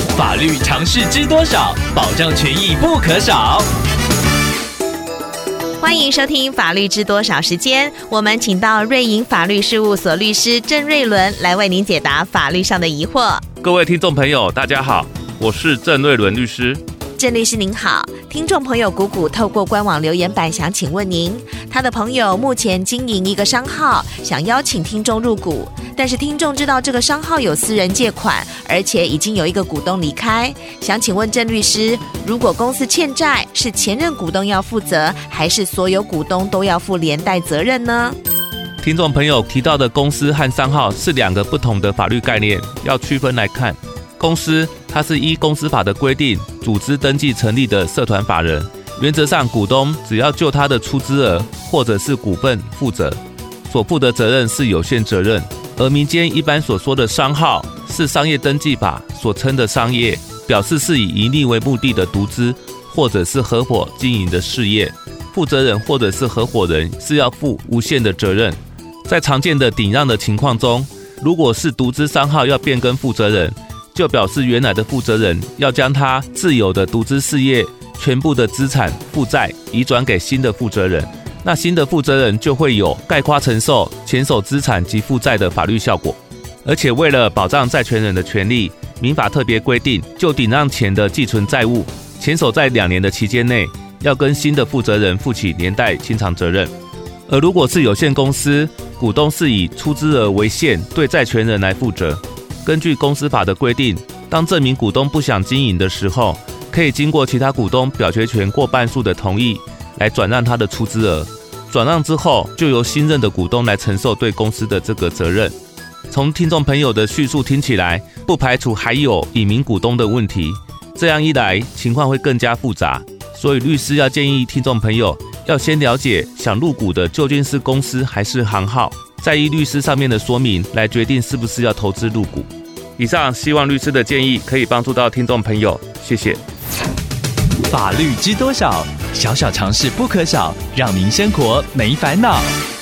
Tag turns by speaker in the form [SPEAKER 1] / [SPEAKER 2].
[SPEAKER 1] 法律常识知多少，保障权益不可少。
[SPEAKER 2] 欢迎收听法律知多少时间，我们请到瑞银法律事务所律师郑瑞伦来为您解答法律上的疑惑。
[SPEAKER 3] 各位听众朋友大家好，我是郑瑞伦律师。
[SPEAKER 2] 郑律师您好，听众朋友谷谷透过官网留言板想请问您，他的朋友目前经营一个商号，想邀请听众入股，但是听众知道这个商号有私人借款，而且已经有一个股东离开，想请问郑律师，如果公司欠债，是前任股东要负责，还是所有股东都要负连带责任呢？
[SPEAKER 3] 听众朋友提到的公司和商号是两个不同的法律概念，要区分来看。公司它是依公司法的规定组织登记成立的社团法人，原则上股东只要就他的出资额或者是股份负责，所负的责任是有限责任。而民间一般所说的商号是商业登记法所称的商业，表示是以盈利为目的的独资或者是合伙经营的事业，负责人或者是合伙人是要负无限的责任。在常见的顶让的情况中，如果是独资商号要变更负责人，就表示原来的负责人要将他自有的独资事业全部的资产负债移转给新的负责人，那新的负责人就会有概括承受前手资产及负债的法律效果。而且为了保障债权人的权利，民法特别规定，就顶让前的既存债务，前手在2年的期间内要跟新的负责人负起连带清偿责任。而如果是有限公司，股东是以出资额为限对债权人来负责，根据公司法的规定，当这名股东不想经营的时候，可以经过其他股东表决权过半数的同意来转让他的出资额，转让之后就由新任的股东来承受对公司的这个责任。从听众朋友的叙述听起来，不排除还有隐名股东的问题，这样一来情况会更加复杂，所以律师要建议听众朋友要先了解想入股的究竟是公司还是行号，再依律师上面的说明来决定是不是要投资入股。以上希望律师的建议可以帮助到听众朋友，谢谢。
[SPEAKER 1] 法律知多少，小小常识不可少，让您生活没烦恼。